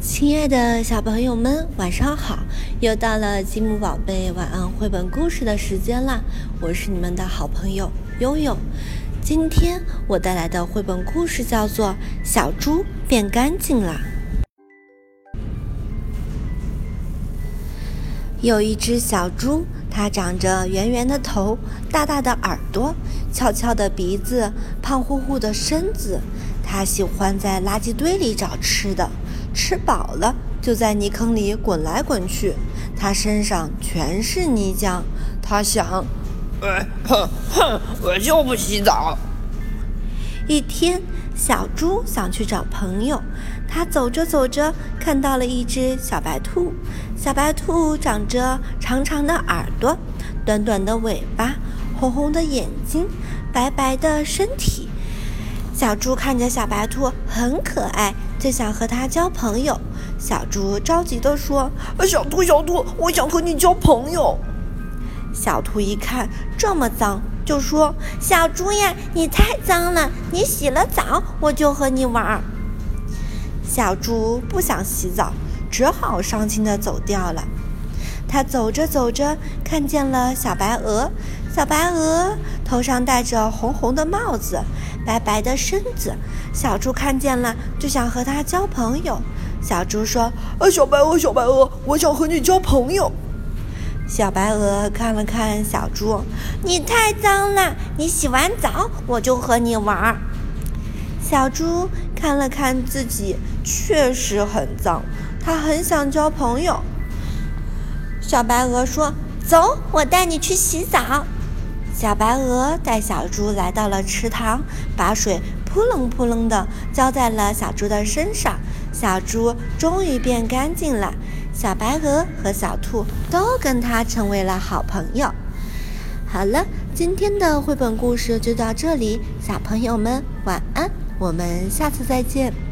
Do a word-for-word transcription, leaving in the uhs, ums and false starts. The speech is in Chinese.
亲爱的小朋友们，晚上好！又到了积木宝贝晚安绘本故事的时间啦，我是你们的好朋友悠悠。今天我带来的绘本故事叫做《小猪变干净啦》。有一只小猪，它长着圆圆的头，大大的耳朵，翘翘的鼻子，胖乎乎的身子。它喜欢在垃圾堆里找吃的，吃饱了就在泥坑里滚来滚去。它身上全是泥浆，它想， 呃，哼哼，我就不洗澡。 一天，小猪想去找朋友，它走着走着，看到了一只小白兔。小白兔长着长长的耳朵，短短的尾巴，红红的眼睛，白白的身体。小猪看着小白兔很可爱，就想和它交朋友。小猪着急地说：“ 小兔，小兔，我想和你交朋友。” 小兔一看这么脏，就说：“小猪呀，你太脏了，你洗了澡我就和你玩。”小猪不想洗澡，只好伤心地走掉了。他走着走着，看见了小白鹅。小白鹅头上戴着红红的帽子，白白的身子。小猪看见了，就想和它交朋友。小猪说：“ 啊，小白鹅，小白鹅，我想和你交朋友。” 小白鹅看了看小猪：“你太脏了，你洗完澡我就和你玩。”小猪看了看自己，确实很脏，它很想交朋友。小白鹅说：“走，我带你去洗澡。”小白鹅带小猪来到了池塘，把水扑棱扑棱地浇在了小猪的身上。小猪终于变干净了，小白鹅和小兔都跟它成为了好朋友。好了，今天的绘本故事就到这里，小朋友们晚安，我们下次再见。